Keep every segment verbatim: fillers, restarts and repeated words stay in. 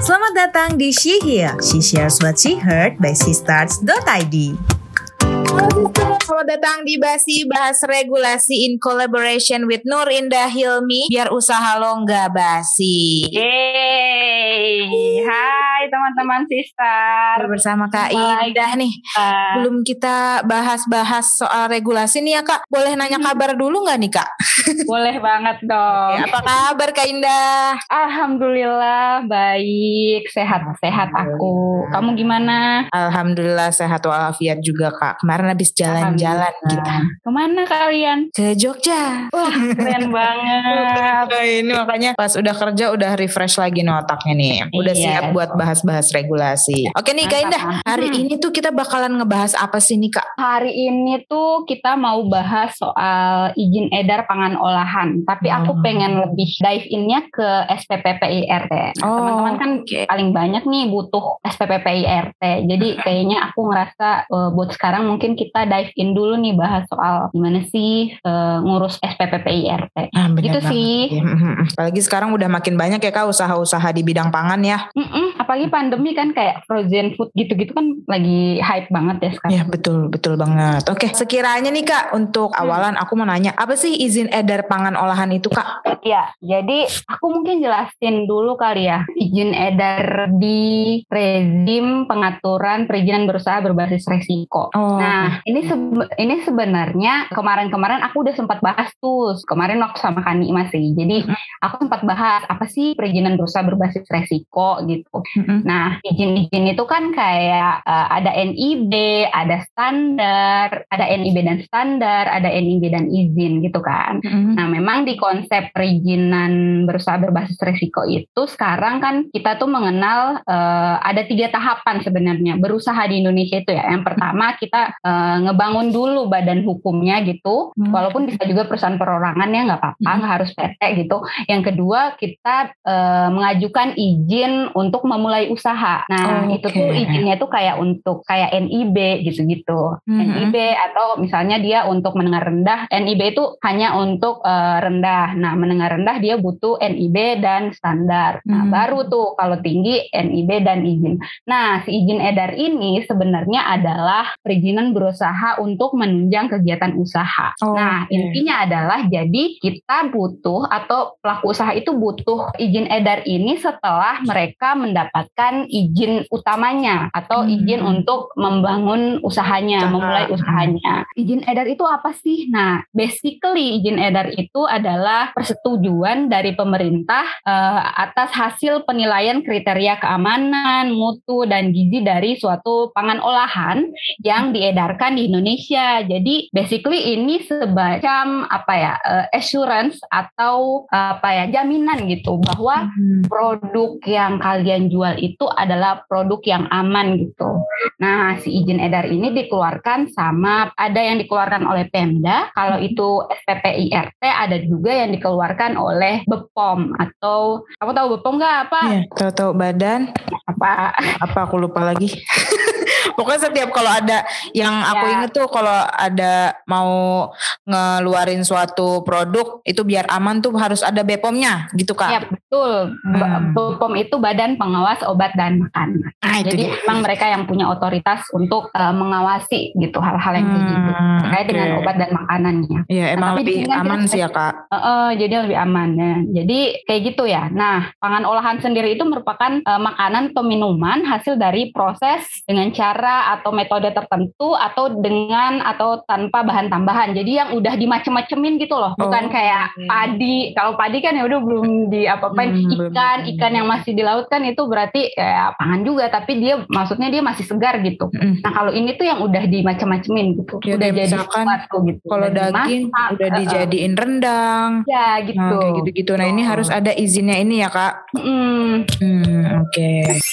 Selamat datang di She Here. She shares what she heard by she starts dot I D. Halo sister, selamat datang di Basi Bahas Regulasi in collaboration with Nur Indah Hilmi. Biar usaha lo nggak basi. Yeay, hai teman-teman sister. Bersama Kak Indah nih. Uh, Belum kita bahas-bahas soal regulasi nih ya Kak. Boleh nanya kabar dulu nggak nih Kak? Boleh banget dong. Apa kabar Kak Indah? Alhamdulillah baik, sehat-sehat aku. Kamu gimana? Alhamdulillah sehat walafiat juga Kak. Kemarin habis jalan-jalan kita. Kemana kalian? Ke Jogja. Wah, keren banget. Ini makanya pas udah kerja udah refresh lagi nih otaknya nih. Udah Iya. siap buat bahas-bahas regulasi. Oke nih Kak Indah, hari Hmm. ini tuh kita bakalan ngebahas apa sih nih Kak? Hari ini tuh kita mau bahas soal izin edar pangan olahan. Tapi aku Hmm. pengen lebih dive in-nya ke S P P P I R T. Nah, Oh, teman-teman kan oke. paling banyak nih butuh S P P P I R T. Jadi kayaknya aku ngerasa uh, buat sekarang mungkin kita dive in dulu nih bahas soal gimana sih uh, ngurus S P P P I R T. Ah, bener Gitu banget. sih. Ya, mhm. Apalagi sekarang udah makin banyak ya Kak usaha-usaha di bidang pangan ya. Mm-mm, apalagi pandemi kan kayak frozen food gitu-gitu kan lagi hype banget ya sekarang. Ya betul, betul banget. Oke, sekiranya nih Kak untuk awalan aku mau nanya, apa sih izin edar pangan olahan itu Kak? Ya, jadi aku mungkin jelasin dulu kali ya izin edar di rezim pengaturan perizinan berusaha berbasis resiko. Oh. Nah, ini sebe- ini sebenarnya kemarin-kemarin aku udah sempat bahas tuh kemarin waktu sama Kani masih. Jadi aku sempat bahas apa sih perizinan berusaha berbasis resiko gitu. Mm-mm. Nah, izin-izin itu kan kayak uh, ada N I B, ada standar, ada N I B dan standar, ada N I B dan izin gitu kan. Mm-mm. Nah, memang di konsep perizinan berusaha berbasis risiko itu sekarang kan kita tuh mengenal uh, ada tiga tahapan sebenarnya berusaha di Indonesia itu ya. Yang pertama kita uh, ngebangun dulu badan hukumnya gitu, Hmm. walaupun bisa juga perusahaan perorangan ya nggak apa-apa, Hmm. nggak harus P T gitu. Yang kedua kita uh, mengajukan izin untuk memulai usaha. Nah, Oh, itu oke. tuh izinnya tuh kayak untuk kayak N I B gitu-gitu. Hmm. N I B atau misalnya dia untuk mendengar rendah, N I B itu hanya untuk uh, rendah. Nah, mendengar rendah dia butuh N I B dan standar. Nah, Hmm. baru tuh kalau tinggi N I B dan izin. Nah, si izin edar ini sebenarnya adalah perizinan berusaha untuk menunjang kegiatan usaha. Oh, nah, oke. intinya adalah jadi kita butuh atau pelaku usaha itu butuh izin edar ini setelah mereka mendapatkan izin utamanya atau Hmm. izin untuk membangun usahanya, Usaha. memulai usahanya. Izin edar itu apa sih? Nah, basically izin edar itu adalah persetujuan dari pemerintah uh, atas hasil penilaian kriteria keamanan, mutu, dan gizi dari suatu pangan olahan yang diedarkan di Indonesia. Jadi basically ini semacam apa ya, uh, assurance atau uh, apa ya, jaminan gitu bahwa Hmm. produk yang kalian jual itu adalah produk yang aman gitu. Nah, si izin edar ini dikeluarkan sama, ada yang dikeluarkan oleh Pemda, kalau itu S P P I R T, ada juga yang dikeluarkan oleh B P O M atau, kamu tahu B P O M nggak apa? Iya, tahu-tahu badan Apa? apa aku lupa lagi. Pokoknya setiap kalau ada yang aku Ya. inget tuh kalau ada mau ngeluarin suatu produk itu biar aman tuh harus ada B P O M-nya gitu Kak. Ya betul. B- Hmm. B P O M itu Badan Pengawas Obat dan Makanan. Ah, itu Jadi dia. memang mereka yang punya otoritas untuk uh, mengawasi gitu hal-hal yang kayak gitu Hmm, terkait oke. dengan obat dan makanannya. Iya, emang Nah, tapi lebih di sini kan aman kita- sih ya Kak. Uh, uh, jadi lebih aman ya. Jadi kayak gitu ya. Nah, pangan olahan sendiri itu merupakan uh, makanan atau minuman hasil dari proses dengan cara atau metode tertentu atau dengan atau tanpa bahan tambahan. Jadi yang udah dimacem-macemin gitu loh. Bukan Oh, kayak oke. padi. Kalau padi kan ya udah belum diapa-apain. Hmm, belum ikan, di- ikan yang masih di laut kan itu berarti ya pangan juga, tapi dia maksudnya dia masih segar gitu. Mm. Nah, kalau ini tuh yang udah dimacem-macemin gitu. Ya, udah kayak jadi misalkan sesuatu gitu. Kalau Udah daging dimasak, udah uh, uh. dijadiin rendang. Ya gitu. Nah, kayak gitu-gitu. Nah, ini Betul. harus ada izinnya ini ya Kak. Mm. Hmm, oke.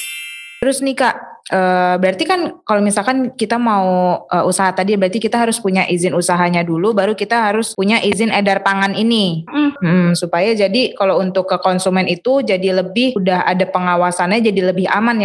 Terus nih Kak, uh, berarti kan kalau misalkan kita mau uh, usaha tadi, berarti kita harus punya izin usahanya dulu, baru kita harus punya izin edar pangan ini. Mm. Hmm, supaya jadi kalau untuk ke konsumen itu jadi lebih, udah ada pengawasannya jadi lebih aman ya Kak.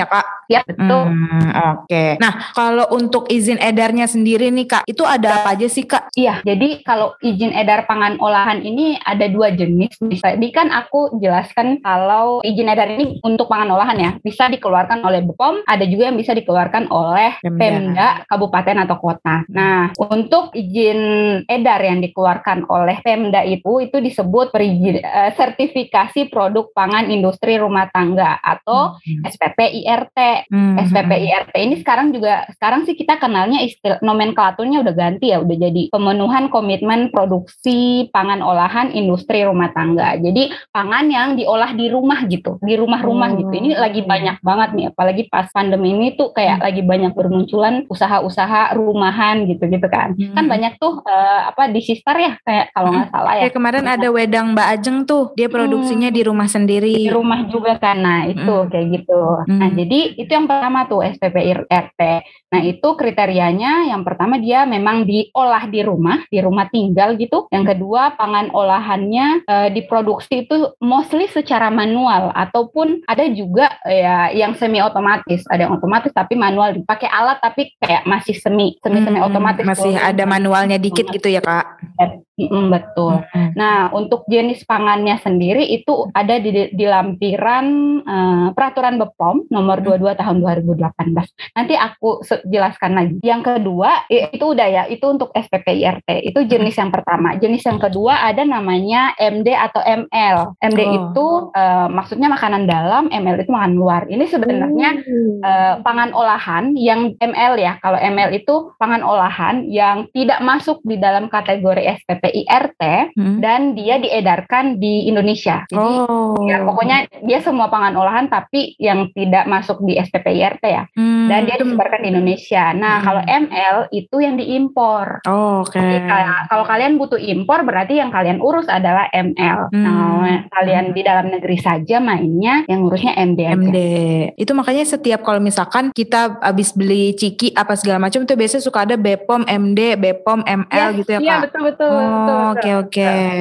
Ya betul. Hmm, Oke. Okay. Nah, kalau untuk izin edarnya sendiri nih Kak, itu ada apa aja sih Kak? Iya, jadi kalau izin edar pangan olahan ini ada dua jenis. Tadi kan aku jelaskan kalau izin edar ini untuk pangan olahan ya, bisa dikeluarkan oleh B P O M, ada juga yang bisa dikeluarkan oleh Pemda, Pemda kabupaten atau kota. Nah, untuk izin edar yang dikeluarkan oleh Pemda itu itu disebut perizin, uh, sertifikasi produk pangan industri rumah tangga atau hmm. S P P I R T. Hmm. S P P I R T ini sekarang juga sekarang sih kita kenalnya istilah nomenklaturnya udah ganti ya, udah jadi pemenuhan komitmen produksi pangan olahan industri rumah tangga. Jadi pangan yang diolah di rumah gitu, di rumah-rumah oh. gitu. Ini lagi banyak banget nih, apalagi pas pandemi ini tuh kayak hmm. lagi banyak bermunculan usaha-usaha rumahan gitu-gitu kan. Hmm. Kan banyak tuh uh, apa di Sistar ya kayak kalau nggak salah ya. Kayak kemarin ya. Ada wedang Mbak Ajeng tuh, dia produksinya hmm. di rumah sendiri. Di rumah juga kan, nah itu hmm. kayak gitu. Hmm. Nah jadi itu yang pertama tuh S P P I R T. Nah itu kriterianya yang pertama dia memang diolah di rumah, di rumah tinggal gitu. Yang kedua pangan olahannya e, diproduksi itu mostly secara manual ataupun ada juga ya yang semi otomatis. Ada yang otomatis tapi manual dipakai alat tapi kayak masih semi semi semi otomatis. Masih ada manualnya dikit gitu ya Kak. Mm, betul. Mm-hmm. Nah, untuk jenis pangannya sendiri itu ada di, di lampiran uh, peraturan B P O M nomor dua puluh dua tahun dua ribu delapan belas. Nanti aku jelaskan lagi. Yang kedua itu udah ya, itu untuk S P P I R T. Itu jenis yang pertama. Jenis yang kedua ada namanya M D atau M L. M D oh. itu uh, maksudnya makanan dalam, M L itu makanan luar. Ini sebenarnya mm. uh, pangan olahan yang M L ya. Kalau M L itu pangan olahan yang tidak masuk di dalam kategori S P P I R T hmm. dan dia diedarkan di Indonesia. Jadi oh. ya pokoknya dia semua pangan olahan tapi yang tidak masuk di S P P I R T ya. Hmm. Dan dia disebarkan di Indonesia. Nah, hmm. kalau M L itu yang diimpor. Oh, oke. Okay. Kalau kalian butuh impor berarti yang kalian urus adalah M L. Hmm. Nah, kalian di dalam negeri saja mainnya yang ngurusnya M D aja. M D. Itu makanya setiap kalau misalkan kita habis beli ciki apa segala macam itu biasanya suka ada B P O M, M D, B P O M, M L yes, gitu ya Kak? Iya, betul-betul. Oh. Oke oke.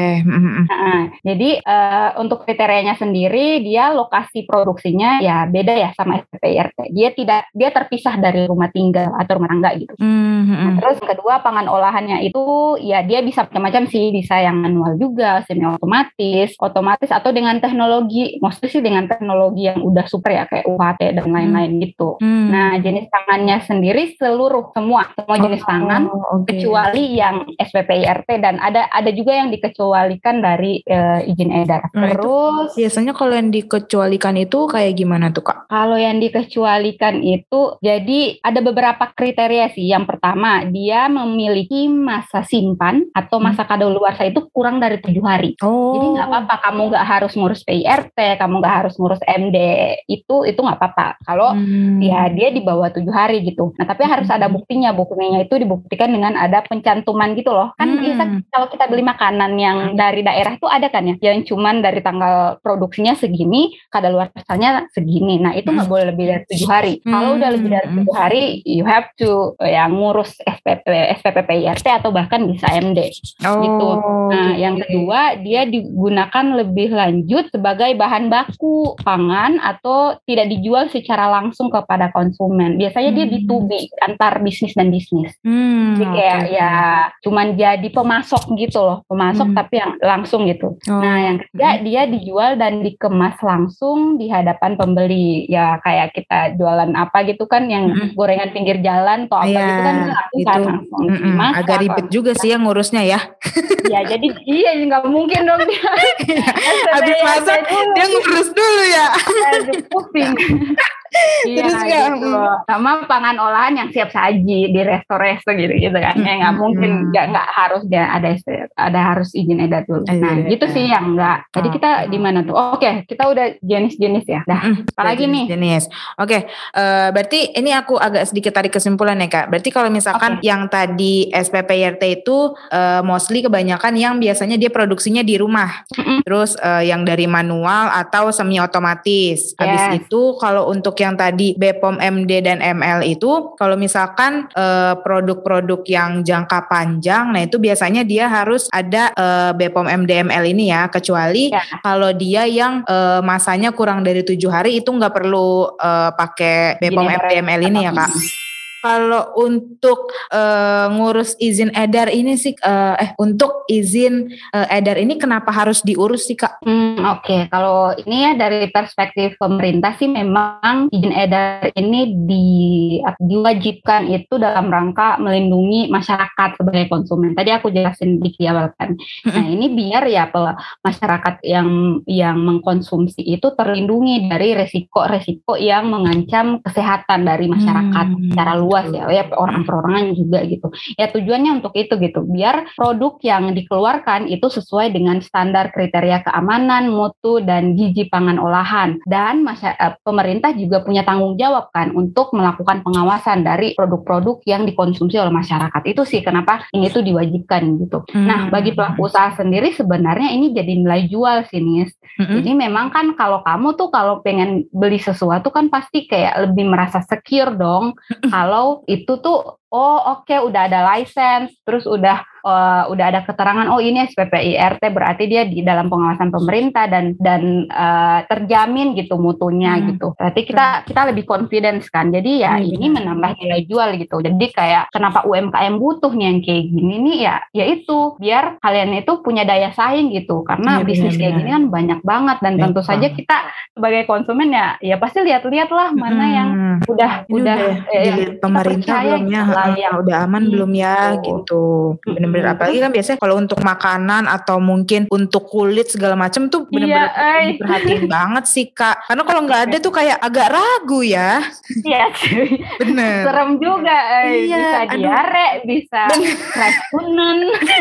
Nah, jadi uh, untuk kriterianya sendiri dia lokasi produksinya ya beda ya sama S P P I R T. Dia tidak dia terpisah dari rumah tinggal atau rumah tangga gitu. Mm-hmm. Nah, terus yang kedua pangan olahannya itu ya dia bisa macam-macam sih, bisa yang manual juga, semi otomatis, otomatis atau dengan teknologi, maksudnya sih dengan teknologi yang udah super ya kayak U H T dan lain-lain mm. gitu. Mm. Nah, jenis pangannya sendiri seluruh semua semua jenis oh, pangan okay. kecuali yang S P P I R T dan ada ada juga yang dikecualikan dari uh, izin edar. Nah, terus itu, biasanya kalau yang dikecualikan itu kayak gimana tuh Kak? Kalau yang dikecualikan itu jadi ada beberapa kriteria sih. Yang pertama dia memiliki masa simpan atau masa hmm. kadaluarsa itu kurang dari tujuh hari. Oh. Jadi nggak apa-apa kamu nggak harus ngurus P I R T, kamu nggak harus ngurus M D itu itu nggak apa-apa. Kalau hmm. ya dia di bawah tujuh hari gitu. Nah tapi hmm. harus ada buktinya. Buktinya itu dibuktikan dengan ada pencantuman gitu loh. Kan hmm. bisa kalau kita beli makanan yang dari daerah itu ada kan ya, yang cuman dari tanggal produksinya segini, kadaluarsanya segini. Nah itu nggak hmm. boleh lebih dari tujuh hari. Hmm. Kalau udah lebih dari tujuh hari, you have to ya ngurus S P P, S P P P I R T atau bahkan bisa M D. Oh, gitu. Nah okay. yang kedua dia digunakan lebih lanjut sebagai bahan baku pangan atau tidak dijual secara langsung kepada konsumen. Biasanya hmm. dia B to B antar bisnis dan bisnis. Hmm, jadi kayak okay. ya cuman jadi pemasok gitu loh, pemasok hmm. tapi yang langsung gitu. Oh. Nah yang ketiga hmm. dia dijual dan dikemas langsung di hadapan pembeli. Ya kayak kita jualan apa gitu kan yang hmm. gorengan pinggir jalan atau apa ya, gitu kan langsung itu, kan langsung dimasak. Agak ribet juga sih yang ngurusnya ya. Ya jadi iya nggak mungkin dong dia. Habis masak dia ngurus dulu ya. Pusing. Iya gitu. Sama pangan olahan yang siap saji di resto-resto gitu-gitu kan. Ya nggak mungkin nggak nggak harus dia ada ada harus izin edar dulu. Nah iya, gitu iya. sih yang nggak. Jadi kita di mana tuh? Oh, Oke okay. kita udah jenis-jenis ya. Dah. Apalagi nih? Jenis. Oke. Okay. Uh, berarti ini aku agak sedikit tarik kesimpulan ya Kak. Berarti kalau misalkan okay. yang tadi S P P I R T itu uh, mostly kebanyakan yang biasanya dia produksinya di rumah. Mm-hmm. Terus uh, yang dari manual atau semi otomatis. Habis yes. itu kalau untuk yang yang tadi B P O M M D dan M L itu kalau misalkan uh, produk-produk yang jangka panjang, nah itu biasanya dia harus ada uh, B P O M M D M L ini ya, kecuali ya. Kalau dia yang uh, masanya kurang dari tujuh hari itu nggak perlu uh, pakai B P O M M D M L ini ya Kak. Kalau untuk uh, ngurus izin edar ini sih, uh, eh untuk izin uh, edar ini kenapa harus diurus sih Kak? Hmm, Oke, okay. Kalau ini ya dari perspektif pemerintah sih memang izin edar ini di, diwajibkan itu dalam rangka melindungi masyarakat sebagai konsumen. Tadi aku jelasin di awal kan. Nah ini biar ya masyarakat yang yang mengkonsumsi itu terlindungi dari resiko-resiko yang mengancam kesehatan dari masyarakat hmm. secara luas. ya, ya orang perorangan juga gitu. Ya tujuannya untuk itu gitu, biar produk yang dikeluarkan itu sesuai dengan standar kriteria keamanan, mutu dan gizi pangan olahan. Dan masyarakat, pemerintah juga punya tanggung jawab kan untuk melakukan pengawasan dari produk-produk yang dikonsumsi oleh masyarakat. Itu sih kenapa ini tuh diwajibkan gitu. Hmm. Nah, bagi pelaku usaha sendiri sebenarnya ini jadi nilai jual sih, Nis. Hmm. Jadi memang kan kalau kamu tuh kalau pengen beli sesuatu kan pasti kayak lebih merasa secure dong. Kalau itu tuh oh oke okay, udah ada license, terus udah uh, udah ada keterangan oh ini S P P I R T berarti dia di dalam pengawasan pemerintah dan dan uh, terjamin gitu mutunya hmm. gitu. Berarti kita kita lebih confidence kan. Jadi ya hmm. ini menambah nilai jual gitu. Jadi kayak kenapa U M K M butuh nih yang kayak gini nih ya ya itu biar kalian itu punya daya saing gitu. Karena ya, bisnis bener, kayak gini kan banyak banget dan tentu ya, saja kita sebagai konsumen ya ya pasti lihat-lihat lah mana hmm. yang udah ini udah, udah eh, pemerintah belumnya yang udah aman hmm. belum ya gitu. Bener-bener hmm. apalagi kan biasanya kalau untuk makanan atau mungkin untuk kulit segala macam tuh bener-bener iya, diperhatiin banget sih Kak. Karena kalau nggak ada tuh kayak agak ragu ya. Iya bener. Serem juga eh. Iya, bisa aduh. Diare, bisa racunan.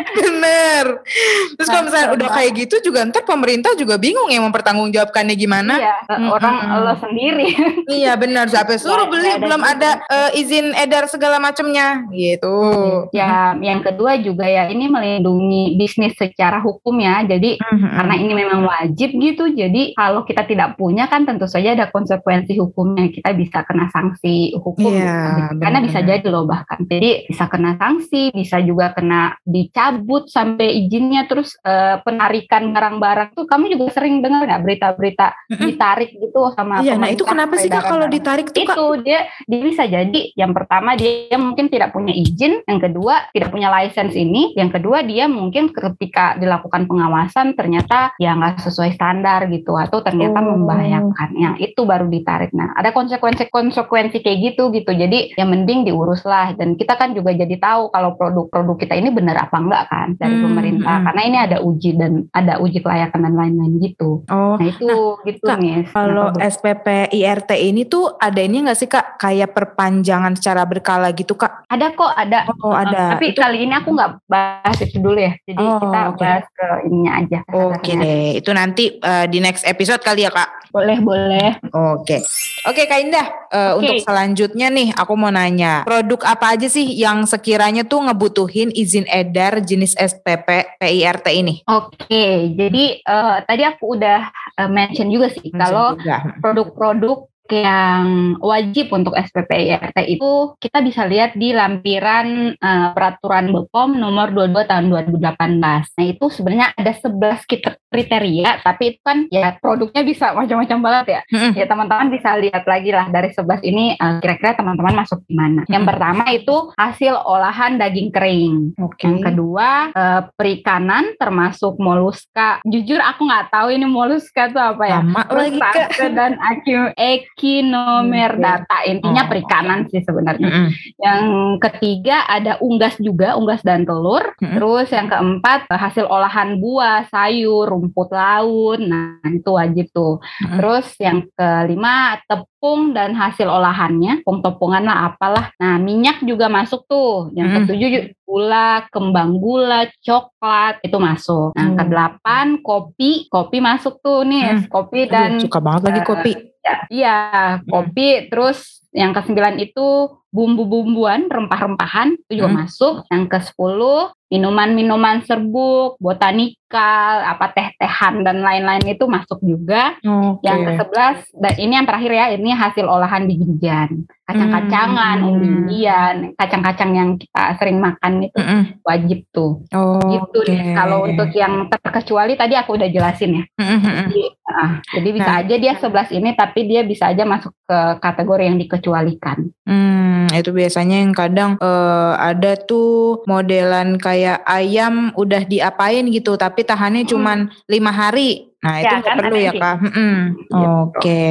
Bener. Terus kalau misalnya udah kayak gitu juga ntar pemerintah juga bingung ya mempertanggungjawabkannya gimana. Iya, hmm. orang hmm. lo sendiri. Iya benar, sampai suruh beli ya, belum ada uh, izin edar segala macamnya gitu. Ya, yang kedua juga ya ini melindungi bisnis secara hukum ya. Jadi mm-hmm. karena ini memang wajib gitu. Jadi kalau kita tidak punya kan tentu saja ada konsekuensi hukumnya. Kita bisa kena sanksi hukum. Yeah, gitu. Karena bisa jadi loh bahkan. Jadi bisa kena sanksi, bisa juga kena dicabut sampai izinnya. Terus uh, penarikan barang-barang tuh kamu juga sering dengar nggak berita-berita mm-hmm. ditarik gitu sama iya, nah itu kenapa sih Kak kalau ditarik tuh Kak? Itu dia, dia bisa jadi yang pertama dia mungkin tidak punya izin, yang kedua tidak punya license ini, yang kedua dia mungkin ketika dilakukan pengawasan ternyata ya nggak sesuai standar gitu atau ternyata oh. membahayakan, yang itu baru ditarik. Nah ada konsekuensi-konsekuensi kayak gitu gitu, jadi yang mending diurus lah. Dan kita kan juga jadi tahu kalau produk-produk kita ini benar apa enggak kan dari hmm, pemerintah, hmm. karena ini ada uji dan ada uji kelayakan dan lain-lain gitu. Oh, nah itu nah, gitu Kak, nih. Kalau S P P I R T ini tuh ada ini nggak sih Kak, kayak perpanjangan secara berkala gitu Kak? Ada kok, ada. Oh ada. Uh, tapi itu... kali ini aku nggak bahas itu dulu ya. Jadi oh, kita okay. bahas ke ininya aja. Oke okay deh. Itu nanti uh, di next episode kali ya Kak? Boleh, boleh. Oke. Okay. Oke okay, Kak Indah, uh, okay. untuk selanjutnya nih aku mau nanya. Produk apa aja sih yang sekiranya tuh ngebutuhin izin edar jenis S P P P I R T ini? Oke, okay, jadi uh, tadi aku udah uh, mention juga sih mention kalau juga. Produk-produk yang wajib untuk S P P I R T itu kita bisa lihat di lampiran uh, peraturan B P O M nomor dua puluh dua tahun dua ribu delapan belas. Nah itu sebenarnya ada sebelas kriteria, tapi itu kan ya produknya bisa macam-macam banget ya. Mm-hmm. Ya teman-teman bisa lihat lagi lah dari sebelas ini uh, kira-kira teman-teman masuk di mana. Mm-hmm. Yang pertama itu hasil olahan daging kering. Okay. Yang kedua uh, perikanan termasuk moluska. Jujur aku nggak tahu ini moluska itu apa ya. Lama lagi Kak. Dan acu Echinomeredata, intinya oh, perikanan okay. sih sebenarnya. Mm-hmm. Yang ketiga ada unggas juga, unggas dan telur. Mm-hmm. Terus yang keempat hasil olahan buah, sayur, rumput laut. Nah itu wajib tuh. Mm-hmm. Terus yang kelima tepung dan hasil olahannya, tepung-tepungan lah apalah. Nah minyak juga masuk tuh. Yang mm-hmm. ketujuh gula, kembang gula, coklat itu masuk. Nah mm-hmm. kedelapan kopi, kopi masuk tuh nih, mm-hmm. kopi dan Aduh, suka banget lagi uh, kopi. Ya, iya, kopi. Hmm. Terus yang kesembilan itu bumbu-bumbuan, rempah-rempahan itu juga hmm. masuk. Yang kesepuluh minuman-minuman serbuk, botanika, medikal, apa teh-tehan dan lain-lain itu masuk juga. Okay. Yang ke sebelas, dan ini yang terakhir ya, ini hasil olahan biji-bijian, kacang-kacangan, Hmm. umbi-umbian, kacang-kacang yang kita sering makan itu Mm-mm. wajib tuh. Oh, Gitu oke. deh. Kalau untuk yang terkecuali tadi aku udah jelasin ya. Mm-mm. Jadi, ah, jadi bisa Nah. aja dia sebelas ini, tapi dia bisa aja masuk ke kategori yang dikecualikan. Hmm, itu biasanya yang kadang eh, ada tuh modelan kayak ayam udah diapain gitu, tapi tahannya Hmm. cuman lima hari. Nah itu Ya, nggak kan, perlu ada ya yang Kak. Mm-mm. Gitu. Oke.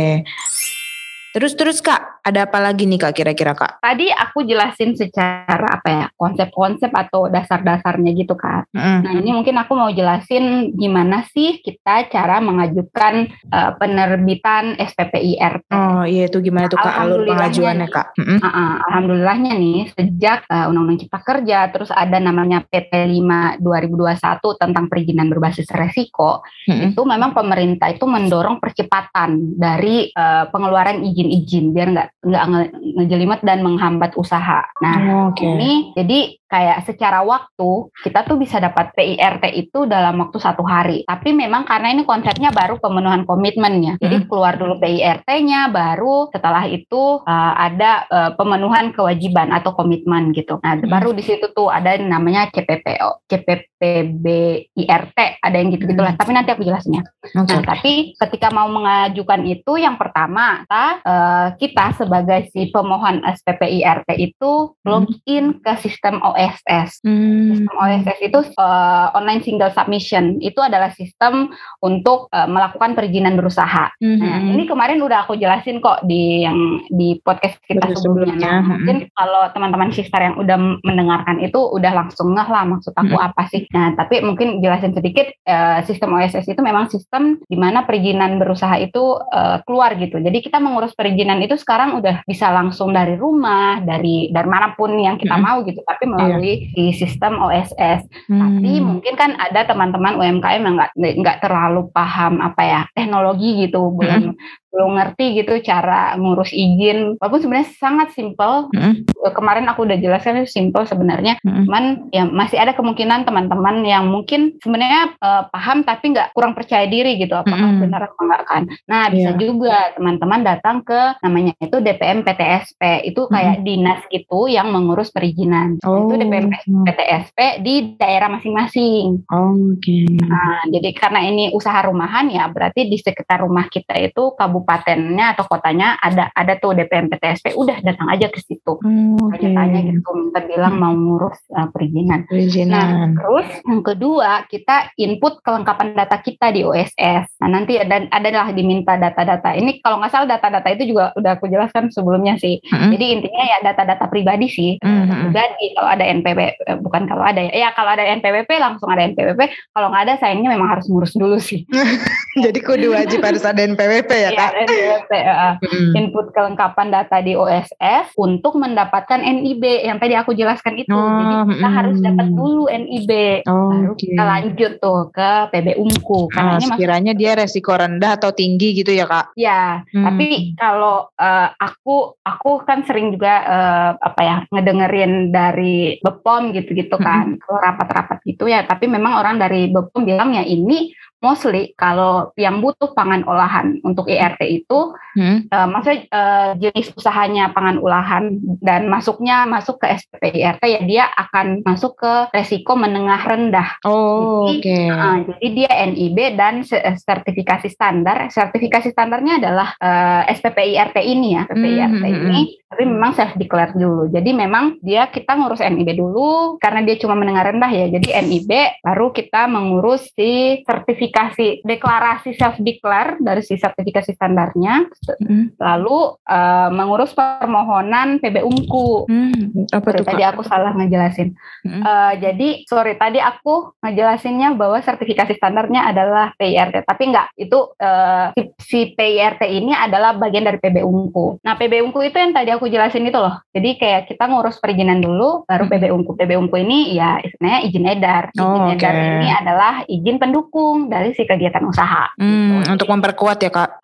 Terus terus Kak, ada apa lagi nih Kak kira-kira Kak? Tadi aku jelasin secara apa ya, konsep-konsep atau dasar-dasarnya gitu kan. Mm-mm. Nah ini mungkin aku mau jelasin gimana sih kita cara mengajukan uh, penerbitan S P P I R T. Oh iya itu gimana tuh Kak alur pengajuannya Kak? Mm-mm. Uh, uh, Alhamdulillahnya nih sejak uh, Undang-Undang Cipta Kerja terus ada namanya P T lima dua ribu dua puluh satu tentang perizinan berbasis resiko. Mm-mm. Itu memang pemerintah itu mendorong percepatan dari uh, pengeluaran izin-izin biar nggak nggak nge- ngejelimet dan menghambat usaha. Nah Oh, oke. ini jadi kayak secara waktu kita tuh bisa dapat P I R T itu dalam waktu satu hari. Tapi memang karena ini konsepnya baru pemenuhan komitmennya. Jadi Mm. keluar dulu P I R T-nya, baru setelah itu uh, ada uh, pemenuhan kewajiban atau komitmen gitu. Nah Mm. baru di situ tuh ada yang namanya C P P O, C P P B I R T, ada yang gitu-gitulah. Mm. Tapi nanti aku jelasinnya. Oke. Nah tapi ketika mau mengajukan itu yang pertama kita, uh, kita sebagai si pemohon S P P I R T itu login ke sistem O S S. Hmm. Sistem O S S itu uh, online single submission. Itu adalah sistem untuk uh, melakukan perizinan berusaha. Mm-hmm. Nah, ini kemarin udah aku jelasin kok di yang di podcast kita Betul, sebelumnya. sebelumnya. Nah, mungkin kalau teman-teman sister yang udah mendengarkan itu udah langsung ngeh lah maksud aku Mm-hmm. apa sih. Nah, tapi mungkin jelasin sedikit, uh, sistem O S S itu memang sistem di mana perizinan berusaha itu uh, keluar gitu. Jadi kita mengurus perizinan itu sekarang udah bisa langsung dari rumah, dari dari manapun yang kita Mm-hmm. mau gitu, tapi melalui di sistem O S S. Hmm. Tapi mungkin kan ada teman-teman U M K M yang nggak nggak terlalu paham apa ya teknologi gitu, belum Mm-hmm. belum ngerti gitu cara ngurus izin. Walaupun sebenarnya sangat simpel. Mm-hmm. Kemarin aku udah jelaskan itu simpel sebenarnya. Mm-hmm. Cuman ya masih ada kemungkinan teman-teman yang mungkin sebenarnya uh, paham tapi nggak kurang percaya diri gitu. Apakah Mm-hmm. benar atau enggak kan? Nah bisa Yeah. juga teman-teman datang ke namanya itu D P M P T S P. Itu kayak Mm-hmm. dinas gitu yang mengurus perizinan. Oh. Itu D P M P T S P di daerah masing-masing. Oh, oke. Okay. Nah, jadi karena ini usaha rumahan ya, berarti di sekitar rumah kita itu kabupatennya atau kotanya ada ada tuh D P M P T S P. Udah datang aja ke situ. Oh, oke. Tanya-tanya gitu, minta bilang mau ngurus uh, perizinan. Perizinan. Nah, terus yang kedua kita input kelengkapan data kita di O S S. Nah, nanti ada adalah diminta data-data. Ini kalau nggak salah data-data itu juga udah aku jelaskan sebelumnya sih. Mm-hmm. Jadi intinya ya data-data pribadi sih. Mm-hmm. Pribadi kalau ada N P W P, bukan kalau ada ya. Ya kalau ada N P W P langsung ada N P W P. Kalau nggak ada sayangnya memang harus ngurus dulu sih. Jadi kudu wajib harus ada N P W P ya Kak? Ya, N P W P. Uh, mm-hmm. Input kelengkapan data di O S S untuk mendapatkan N I B yang tadi aku jelaskan itu. Oh, Jadi kita mm-hmm. harus dapat dulu N I B. Oh, baru okay. kita lanjut tuh ke P B Unku. Karena ah, ini sekiranya dia resiko rendah atau tinggi gitu ya Kak? Ya, hmm. tapi kalau uh, aku aku kan sering juga uh, apa ya ngedengerin dari B P O M gitu-gitu kan, kalau rapat-rapat gitu ya. Tapi memang orang dari B P O M bilang ya ini mostly kalau yang butuh pangan olahan untuk I R T itu, hmm. uh, maksudnya uh, jenis usahanya pangan olahan dan masuknya masuk ke S P P I R T ya dia akan masuk ke resiko menengah rendah. Oh, oke. Okay. Uh, jadi dia N I B dan sertifikasi standar. Sertifikasi standarnya adalah uh, S P P I R T ini ya, S P P I R T hmm. ini. Tapi memang self declare dulu. Jadi memang dia kita ngurus N I B dulu karena dia cuma menengah rendah ya. Jadi N I B baru kita mengurus si sertifikasi deklarasi self declare dari si sertifikasi standarnya. Mm. Lalu uh, mengurus permohonan P B Unku. Mm. Apa sorry, tuh, tadi Kak? Aku salah ngejelasin. Mm. Uh, jadi sorry tadi aku ngejelasinnya bahwa sertifikasi standarnya adalah P I R T. Tapi enggak, itu uh, si, si P I R T ini adalah bagian dari P B Unku. Nah P B Unku itu yang tadi aku jelasin itu loh. Jadi kayak kita ngurus perizinan dulu, baru P B Unku. P B Unku ini ya istilahnya izin edar. Izin oh, edar okay. ini adalah izin pendukung dari si kegiatan usaha. Hmm, gitu. Untuk memperkuat ya Kak?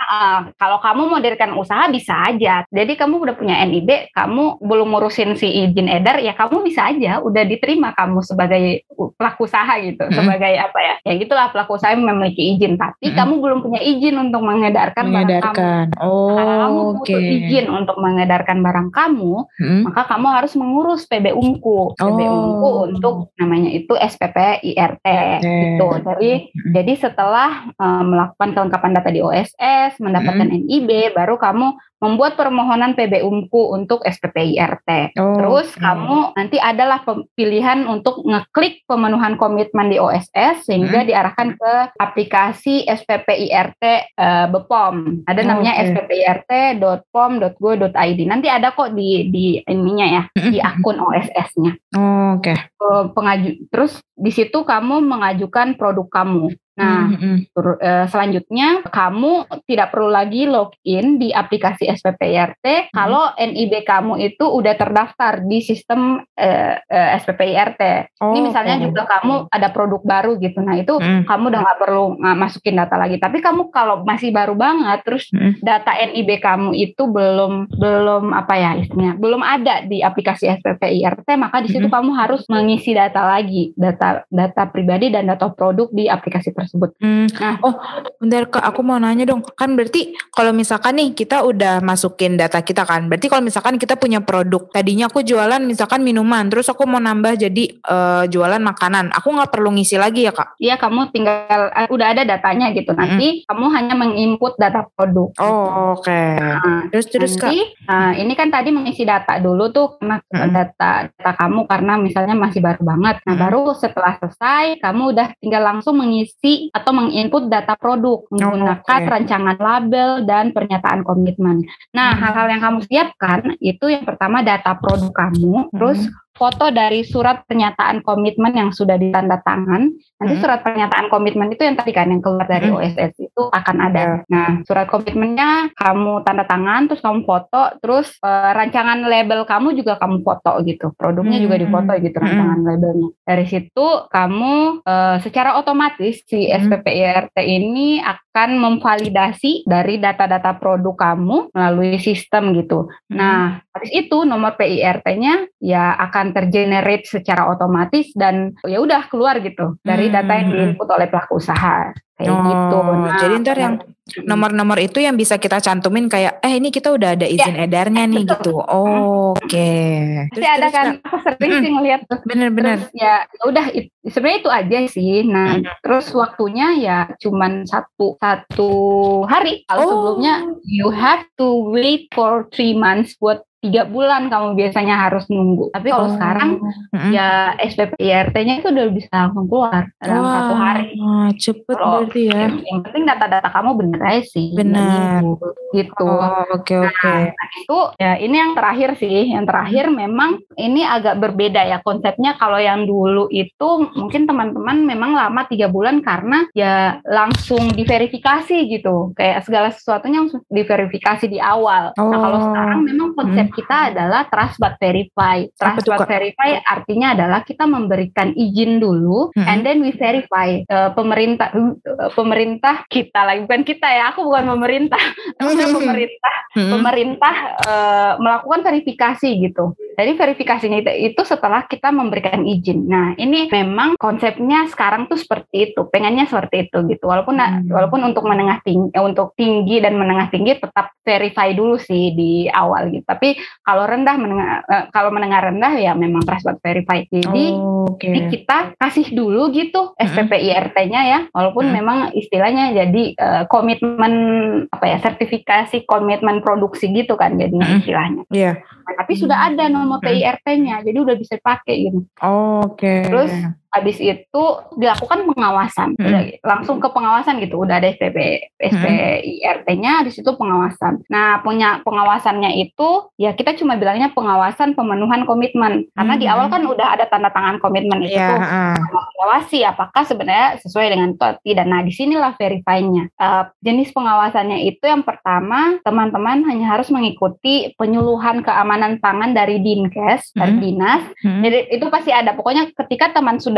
uh, kalau kamu mau dirikan usaha bisa aja. Jadi kamu udah punya N I B, kamu belum ngurusin si izin edar, ya kamu bisa aja udah diterima kamu sebagai pelaku usaha gitu, hmm. sebagai apa ya? Ya gitulah, pelaku usaha yang memiliki izin, tapi hmm. kamu belum punya izin untuk mengedarkan, mengedarkan. barang kamu. Oh, kalau kamu oke. butuh izin untuk mengedarkan barang kamu, hmm. maka kamu harus mengurus P B Unku. P B Oh. Unku untuk namanya itu S P P I R T gitu. Jadi hmm. jadi setelah um, melakukan kelengkapan data di O S S, mendapatkan hmm. N I B, baru kamu membuat permohonan P B Unku untuk S P P I R T. Oh, Terus okay. kamu nanti adalah pilihan untuk ngeklik pemenuhan komitmen di O S S sehingga hmm. diarahkan ke aplikasi S P P I R T uh, B P O M. Ada namanya okay. s p p i r t dot p o m dot go dot i d. Nanti ada kok di di ininya ya, di akun O S S-nya. Oh, Oke. Okay. Uh, pengaju terus di situ kamu mengajukan produk kamu. Nah, mm-hmm. ter, uh, selanjutnya kamu tidak perlu lagi login di aplikasi S P P I R T mm-hmm. kalau N I B kamu itu udah terdaftar di sistem uh, uh, S P P I R T. Oh, Ini misalnya okay. juga kamu ada produk baru gitu, nah itu mm-hmm. kamu udah nggak perlu uh, masukin data lagi. Tapi kamu kalau masih baru banget, terus mm-hmm. data N I B kamu itu belum belum apa ya istilahnya, belum ada di aplikasi S P P I R T, maka di situ mm-hmm. kamu harus mengisi data lagi, data data pribadi dan data produk di aplikasi tersebut. Hmm. Nah, oh, bentar Kak, aku mau nanya dong. Kan berarti kalau misalkan nih kita udah masukin data kita kan, berarti kalau misalkan kita punya produk, tadinya aku jualan misalkan minuman, terus aku mau nambah jadi uh, jualan makanan, aku nggak perlu ngisi lagi ya Kak? Iya, kamu tinggal uh, udah ada datanya gitu. Nanti mm-hmm. kamu hanya menginput data produk. Oh, oke. Okay. Nah, terus terus nanti, Kak. Uh, ini kan tadi mengisi data dulu tuh karena mm-hmm. data data kamu karena misalnya masih baru banget. Nah, mm-hmm. baru setelah selesai, kamu udah tinggal langsung mengisi atau menginput data produk menggunakan oh, okay. rancangan label dan pernyataan komitmen. Nah, hmm. hal-hal yang kamu siapkan itu yang pertama data produk kamu, hmm. terus foto dari surat pernyataan komitmen yang sudah ditandatangan. Nanti hmm. surat pernyataan komitmen itu yang tadi kan yang keluar dari hmm. O S S itu akan ada. Nah, surat komitmennya kamu tanda tangan, terus kamu foto, terus uh, rancangan label kamu juga kamu foto gitu. Produknya hmm. juga difoto gitu rancangan hmm. labelnya. Dari situ kamu uh, secara otomatis si hmm. S P P I R T ini akan memvalidasi dari data-data produk kamu melalui sistem gitu. Hmm. Nah, habis itu nomor P I R T-nya ya akan tergenerate secara otomatis dan ya udah keluar gitu dari data yang diinput oleh pelaku usaha kayak oh, gitu. Nah, jadi ntar yang nomor-nomor itu yang bisa kita cantumin kayak eh ini kita udah ada izin ya, edarnya nih gitu. Oh, Oke. Okay. Pasti ada kan? Aku sering sih ngeliat tuh. Bener-bener. Terus, ya udah sebenarnya itu aja sih. Nah mm. terus waktunya ya cuman satu satu hari. Kalau oh. sebelumnya you have to wait for three months buat tiga bulan kamu biasanya harus nunggu. Tapi kalau oh. sekarang mm-hmm. ya S P P I R T-nya itu udah bisa langsung keluar dalam wow. satu hari. Cepet kalau, berarti ya. Yang, yang penting data-data kamu bener aja sih. Benar. Gitu. Oh, oke okay, oke. Okay. Nah, itu ya ini yang terakhir sih. Yang terakhir memang ini agak berbeda ya konsepnya. Kalau yang dulu itu mungkin teman-teman memang lama tiga bulan karena ya langsung diverifikasi gitu. Kayak segala sesuatunya langsung diverifikasi di awal. Oh. Nah kalau sekarang memang konsep hmm. kita adalah trust but verify. Trust but verify artinya adalah kita memberikan izin dulu hmm. and then we verify. Uh, pemerintah uh, pemerintah kita lagi bukan kita ya, aku bukan pemerintah. pemerintah hmm. pemerintah uh, melakukan verifikasi gitu. Jadi verifikasinya itu, itu setelah kita memberikan izin. Nah, ini memang konsepnya sekarang tuh seperti itu. Pengennya seperti itu gitu. Walaupun hmm. walaupun untuk menengah tinggi eh, untuk tinggi dan menengah tinggi tetap verify dulu sih di awal gitu. Tapi kalau rendah menengah eh, kalau menengah rendah ya memang trust but verify. Jadi, oh, okay. jadi kita kasih dulu gitu S P P I R T-nya ya. Walaupun hmm. memang istilahnya jadi uh, komitmen apa ya sertifikasi komitmen produksi gitu kan jadinya hmm. istilahnya. Iya. Yeah. Nah, tapi sudah ada nomor P I R T-nya, jadi udah bisa dipakai gitu. Oh, Oke. Okay. Terus habis itu dilakukan pengawasan, hmm. udah, langsung ke pengawasan gitu. Udah ada S P P S P I R T-nya, di situ pengawasan. Nah, punya pengawasannya itu ya kita cuma bilangnya pengawasan pemenuhan komitmen, karena hmm. di awal kan udah ada tanda tangan komitmen itu yeah, tuh. Uh. Mengawasi apakah sebenarnya sesuai dengan itu atau tidak. Nah, disinilah verify-nya. Uh, jenis pengawasannya itu yang pertama, teman-teman hanya harus mengikuti penyuluhan keamanan pangan dari Dinkes, dari hmm. dinas. Hmm. Jadi itu pasti ada. Pokoknya ketika teman sudah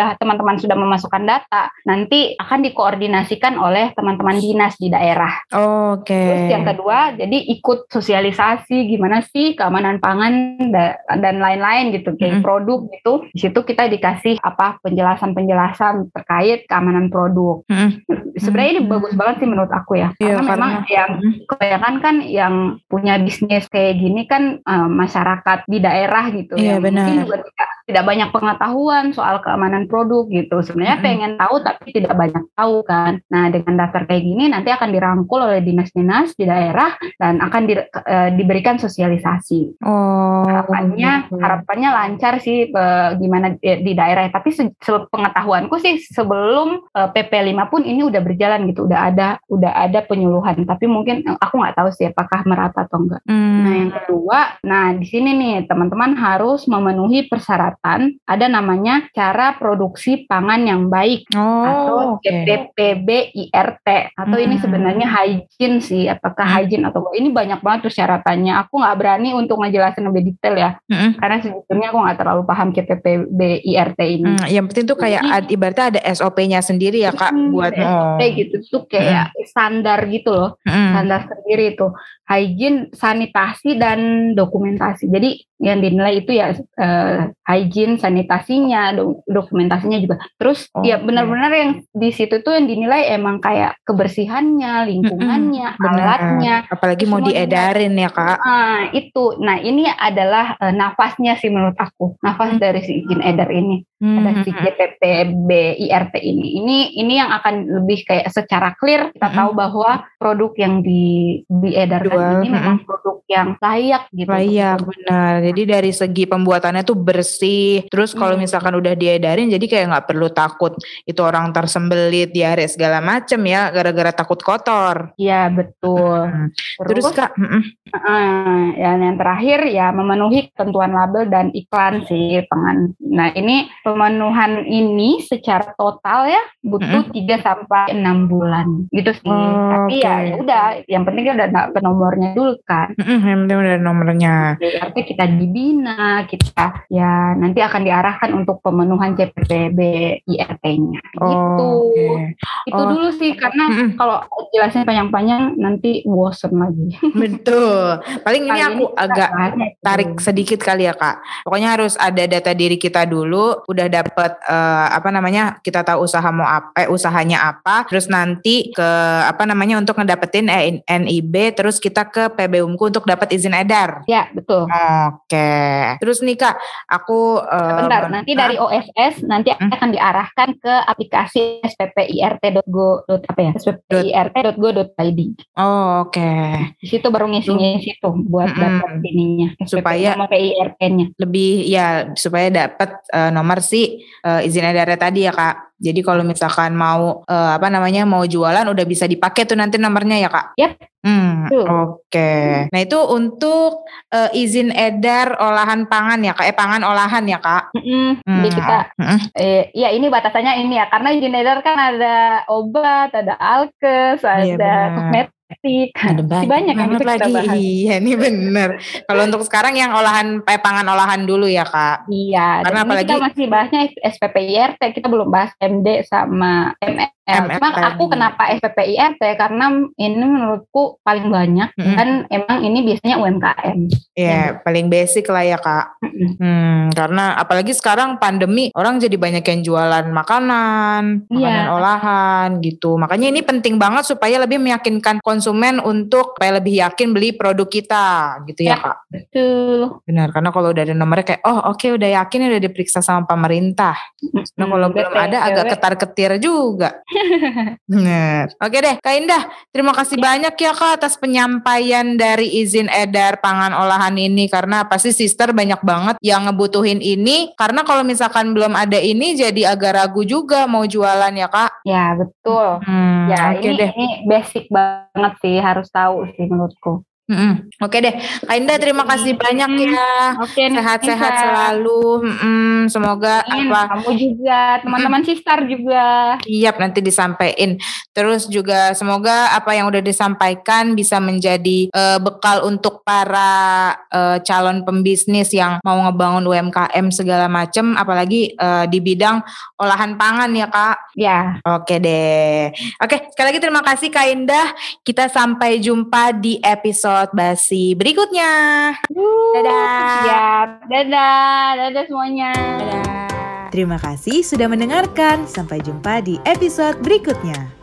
sudah teman-teman sudah memasukkan data, nanti akan dikoordinasikan oleh teman-teman dinas di daerah. Oh, Oke. Okay. Terus yang kedua, jadi ikut sosialisasi gimana sih keamanan pangan da- dan lain-lain gitu, kayak Mm-mm. produk gitu. Di situ kita dikasih apa penjelasan-penjelasan terkait keamanan produk. Mm-mm. Sebenarnya ini Mm-mm. bagus banget sih menurut aku ya, Iya, karena memang karena- yang Mm-mm. kebanyakan kan yang punya bisnis kayak gini kan eh, masyarakat di daerah gitu, Iya, yang benar. mungkin juga tidak tidak banyak pengetahuan soal keamanan produk gitu. Sebenarnya Mm-mm. pengen tahu tapi tidak banyak tahu kan. Nah dengan daftar kayak gini nanti akan dirangkul oleh dinas-dinas di daerah dan akan di, eh, diberikan sosialisasi. Oh, Harapannya gitu. harapannya lancar sih eh, gimana di, di daerah. Tapi se- sepengetahuanku sih sebelum eh, P P lima pun ini udah berjalan gitu, udah ada udah ada penyuluhan. Tapi mungkin eh, aku nggak tahu sih apakah merata atau enggak. Hmm. Nah yang kedua, nah di sini nih teman-teman harus memenuhi persyaratan ada namanya cara produksi pangan yang baik Oh, atau oke. C P P B I R T atau ini Hmm. sebenarnya hygiene sih, apakah Hmm. hygiene atau enggak. Ini banyak banget persyaratannya. Aku nggak berani untuk ngejelasin lebih detail ya, Mm-mm. karena sejujurnya aku nggak terlalu paham C P P B I R T ini. Hmm, yang penting tuh kayak Jadi- ad- ibaratnya ada S O P-nya sendiri ya Kak Hmm, buat ada S O P oh. gitu tuh kayak standar gitu loh, Mm-mm. standar sendiri itu hygiene, sanitasi dan dokumentasi. Jadi yang dinilai itu ya eh, hygiene, sanitasinya, do- dokumentasinya juga. Terus Oh, ya oke. benar-benar yang di situ tuh yang dinilai emang kayak kebersihannya, lingkungannya, Mm-mm, benar. alatnya. Apalagi Itu mau semua dinilai. diedarin ya Kak. Ah, itu. Nah, ini adalah eh, nafasnya sih menurut aku. Nafas Hmm. dari si izin edar ini. Ada si C P P B I R T ini. Ini ini yang akan lebih kayak secara clear kita Mm-mm. tahu bahwa produk yang di diedarkan Jual, ini memang produk yang layak gitu. untuk Layak, diproduksi. benar. Jadi dari segi pembuatannya tuh bersih. Terus kalau Hmm. misalkan udah diedarin, jadi kayak nggak perlu takut itu orang tersembelit, diare segala macem ya, gara-gara takut kotor. Iya, betul. Hmm. Terus, Terus Kak, mm-mm. eh, yang yang terakhir ya memenuhi ketentuan label dan iklan sih pangan. Nah, ini pemenuhan ini secara total ya butuh tiga sampai enam bulan gitu sih. Oh, Tapi ya oke. ya udah, yang penting kan udah dapet nomornya dulu kan. Mm-mm, yang penting udah nomornya. Berarti kita dibina, kita ya nanti akan diarahkan untuk pemenuhan C P P B I R T-nya. Gitu. Oh, oke. Itu Oh. dulu sih karena Mm-mm. kalau jelasin panjang-panjang nanti bosen lagi. Betul. Paling ini Kali aku kita agak bahasnya itu. tarik sedikit kali ya Kak. Pokoknya harus ada data diri kita dulu, udah dapet eh, apa namanya, kita tahu usaha mau apa, eh, usahanya apa, terus nanti ke apa namanya untuk ngedapetin N I B, terus kita ke P B U M K U untuk dapat izin edar. Ya, betul. Oke. Terus nih Kak, aku eh, Sebentar, men- nanti dari O S S nanti Hmm? akan diarahkan ke aplikasi s p p i r t dot go dot apa ya? s p p i r t dot go dot i d. Oh, oke. Di situ baru ngisinya situ buat Mm-mm. dapat ininya. S P P, Supaya- nomor P I R T-nya. Lebih ya supaya dapat eh, nomor si eh, izin edarnya tadi ya Kak. Jadi kalau misalkan mau eh, apa namanya mau jualan udah bisa dipakai tuh nanti nomornya ya Kak. Yap. Hmm, Betul. oke. Nah itu untuk eh, izin edar olahan pangan ya Kak. Eh pangan olahan ya Kak. Mm-mm. Hmm, Jadi kita mm-mm. eh, ya ini batasannya ini ya karena izin edar kan ada obat, ada alkes, Iya, ada benar. kosmetik, Ada masih banyak yang banget itu kita lagi. bahas. Iya ini bener. Kalau untuk sekarang yang olahan eh, pangan olahan dulu ya Kak. Iya, Karena dan ini apalagi- kita masih bahasnya S P P I R T, kita belum bahas M D sama M L. M L Cuma aku tadi. kenapa S P P I R T karena ini menurutku paling banyak Mm-mm. dan emang ini biasanya U M K M. Ya paling basic lah ya Kak. Mm-mm. Hmm, karena apalagi sekarang pandemi orang jadi banyak yang jualan makanan, makanan Iya. olahan gitu. Makanya ini penting banget supaya lebih meyakinkan konsumen untuk supaya lebih yakin beli produk kita gitu ya, Ya. Kak. Betul. Benar, karena kalau udah ada nomornya kayak oh oke udah yakin udah diperiksa sama pemerintah. Nah kalau Mm, belum betul, ada agak betul. ketar-ketir juga. Benar. Oke deh, Kak Indah, terima kasih banyak ya Kak atas penyampaian dari izin edar pangan olahan ini karena pasti sister banyak banget yang ngebutuhin ini karena kalau misalkan belum ada ini jadi agak ragu juga mau jualan ya Kak. Ya, betul. Hmm, Ya, oke ini deh. ini basic banget sih, harus tahu sih menurutku. Mm-mm. Oke deh, Kak Indah terima kasih banyak ya. Oke, sehat-sehat Nisa. selalu. Mm-mm. Semoga Amin. apa? Kamu juga, teman-teman Sistar juga. Siap, nanti disampaikan. Terus juga semoga apa yang udah disampaikan bisa menjadi uh, bekal untuk para uh, calon pembisnis yang mau ngebangun U M K M segala macam, apalagi uh, di bidang olahan pangan ya Kak. Ya. Oke deh. Oke, sekali lagi terima kasih Kak Indah. Kita sampai jumpa di episode basi berikutnya. Dadah. Siap. Dadah. Dadah semuanya. Dadah. Terima kasih sudah mendengarkan. Sampai jumpa di episode berikutnya.